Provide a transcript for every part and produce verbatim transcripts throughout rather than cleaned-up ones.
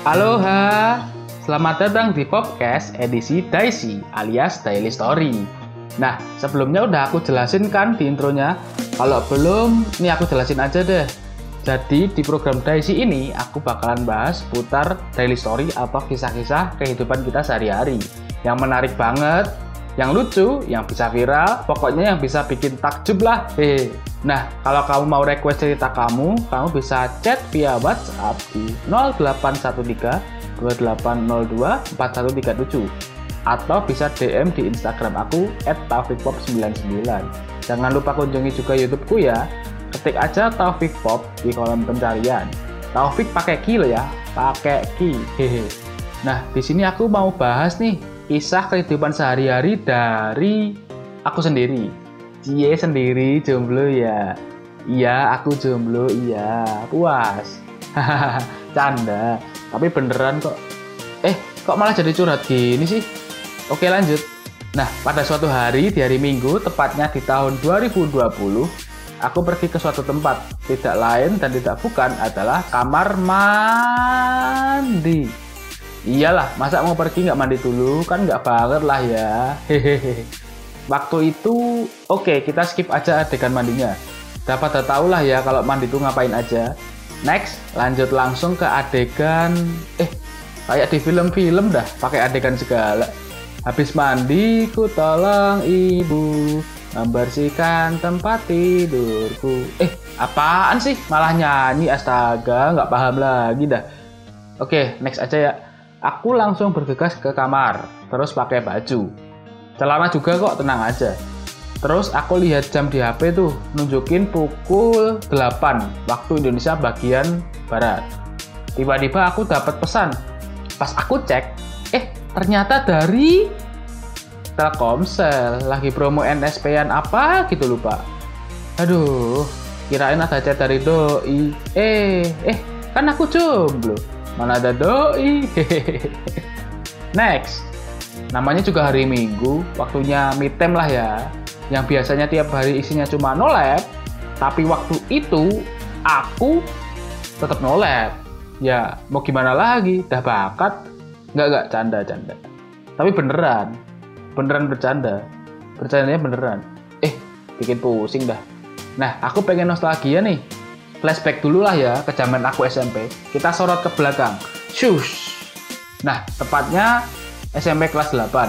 Aloha, selamat datang di podcast edisi Daisy alias Daily Story. Nah, sebelumnya udah aku jelasin kan di intronya. Kalau belum, nih aku jelasin aja deh. Jadi di program Daisy ini aku bakalan bahas putar Daily Story atau kisah-kisah kehidupan kita sehari-hari. Yang menarik banget, yang lucu, yang bisa viral, pokoknya yang bisa bikin takjub lah. Hehe. Nah, kalau kamu mau request cerita kamu, kamu bisa chat via WhatsApp di nol delapan satu tiga dua delapan nol dua empat satu tiga tujuh atau bisa D M di Instagram aku et taufik pop sembilan sembilan. Jangan lupa kunjungi juga YouTubeku ya. Ketik aja Taufik Pop di kolom pencarian. Taufik pakai ki lo ya, pakai ki. Hehe. Nah, di sini aku mau bahas nih kisah kehidupan sehari-hari dari aku sendiri. Cie sendiri jomblo ya. Iya, aku jomblo, iya. Puas. Hahaha, canda. Tapi beneran kok. Eh, kok malah jadi curhat gini sih? Oke, lanjut. Nah, pada suatu hari di hari Minggu, tepatnya di tahun dua ribu dua puluh, aku pergi ke suatu tempat. Tidak lain dan tidak bukan adalah kamar mandi. Iyalah, masa mau pergi nggak mandi dulu? Kan nggak banget lah ya. Hehehe. Waktu itu, oke okay, kita skip aja adegan mandinya. Dapat tahu lah ya kalau mandi itu ngapain aja. Next, lanjut langsung ke adegan. Eh, kayak di film-film dah, pakai adegan segala. Habis mandi, ku tolong ibu membersihkan tempat tidurku. Eh, apaan sih? Malah nyanyi, astaga, nggak paham lagi dah. Oke, okay, next aja ya. Aku langsung bergegas ke kamar, terus pakai baju. Celana juga kok, tenang aja. Terus aku lihat jam di H P tuh, nunjukin pukul delapan waktu Indonesia bagian Barat. Tiba-tiba aku dapat pesan. Pas aku cek, eh ternyata dari Telkomsel, lagi promo N S P-an apa gitu lupa. Aduh, kirain ada chat dari doi. Eh, eh, kan aku jomblo. Mana ada doi. Next. Namanya juga hari Minggu, waktunya me time lah ya. Yang biasanya tiap hari isinya cuma nolep, tapi waktu itu aku tetap nolep. Ya, mau gimana lagi? Dah bakat. Enggak, enggak, canda-canda. Tapi beneran. Beneran bercanda. Bercandanya beneran. Eh, bikin pusing dah. Nah, aku pengen nostalgia nih. Flashback dulu lah ya ke zaman aku S M P. Kita sorot ke belakang. Shush. Nah, tepatnya S M P kelas delapan.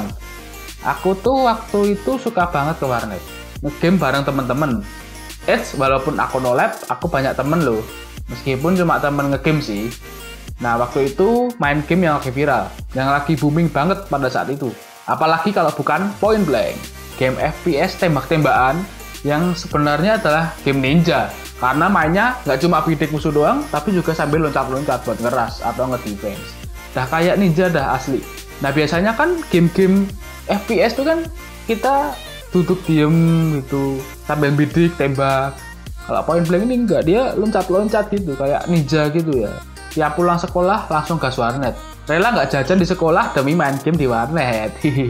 Aku tuh waktu itu suka banget ke warnet. Nge-game bareng temen-temen. Eits, walaupun aku no lab, aku banyak temen loh. Meskipun cuma temen nge-game sih. Nah, waktu itu main game yang lagi viral. Yang lagi booming banget pada saat itu. Apalagi kalau bukan Point Blank. Game F P S tembak-tembakan yang sebenarnya adalah game ninja. Karena mainnya nggak cuma bidik musuh doang, tapi juga sambil loncat-loncat buat ngeras atau nge-defense. Dah kayak ninja dah asli. Nah biasanya kan game-game F P S tuh kan kita duduk diem gitu sambil bidik tembak. Kalau Point Blank ini enggak, dia loncat-loncat gitu kayak ninja gitu ya. Tiap pulang sekolah langsung gas warnet. Rela nggak jajan di sekolah demi main game di warnet.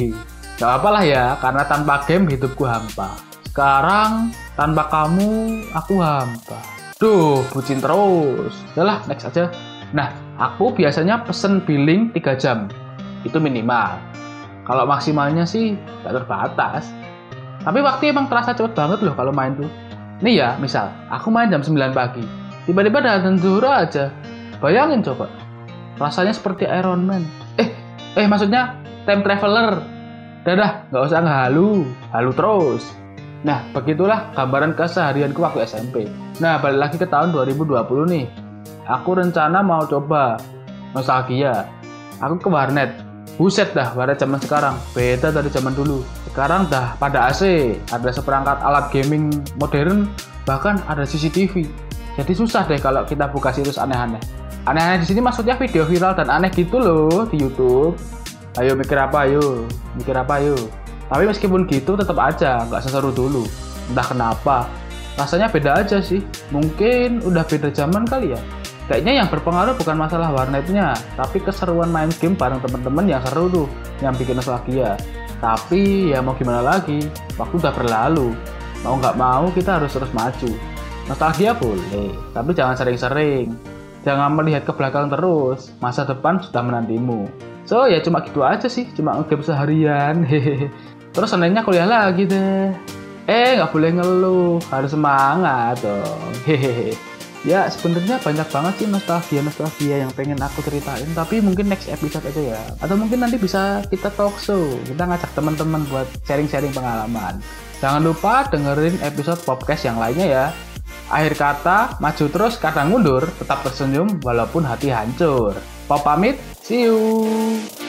Gak apa-apa lah ya, karena tanpa game hidupku hampa. Sekarang tanpa kamu aku hampa. Duh, bucin terus. Udahlah, next aja. Nah, aku biasanya pesen billing tiga jam. Itu minimal. Kalau maksimalnya sih gak terbatas. Tapi waktu emang terasa cepet banget loh kalau main tuh. Nih ya, misal aku main jam sembilan pagi. Tiba-tiba datang zuhur aja. Bayangin coba. Rasanya seperti Iron Man. Eh, eh maksudnya time traveler. Dadah, gak usah ngehalu. Halu terus. Nah, begitulah gambaran keseharianku waktu S M P. Nah, balik lagi ke tahun dua ribu dua puluh nih. Aku rencana mau coba nostalgia. Aku ke warnet. Buset dah, warnet zaman sekarang. Beda dari zaman dulu. Sekarang dah pada A C. Ada seperangkat alat gaming modern. Bahkan ada C C T V. Jadi susah deh kalau kita buka situs aneh-aneh. Aneh-aneh di sini maksudnya video viral dan aneh gitu loh di YouTube. Ayo mikir apa ayo. Mikir apa ayo. Tapi meskipun gitu tetap aja nggak seseru dulu. Entah kenapa. Rasanya beda aja sih. Mungkin udah beda zaman kali ya. Kayaknya yang berpengaruh bukan masalah warnetnya, tapi keseruan main game bareng temen-temen yang seru tuh, yang bikin nostalgia. Tapi ya mau gimana lagi, waktu udah berlalu. Mau nggak mau kita harus terus maju. Nostalgia boleh, tapi jangan sering-sering. Jangan melihat ke belakang terus, masa depan sudah menantimu. So ya cuma gitu aja sih, cuma ngegame seharian. Hehehe. Terus Seninnya kuliah lagi deh. Eh nggak boleh ngeluh, harus semangat dong. Hehehe. Ya sebenarnya banyak banget sih nostalgia-nostalgia yang pengen aku ceritain, tapi mungkin next episode aja ya. Atau mungkin nanti bisa kita talk show, kita ngajak teman-teman buat sharing-sharing pengalaman. Jangan lupa dengerin episode podcast yang lainnya ya. Akhir kata, maju terus kadang mundur, tetap tersenyum walaupun hati hancur. Pop pamit, see you!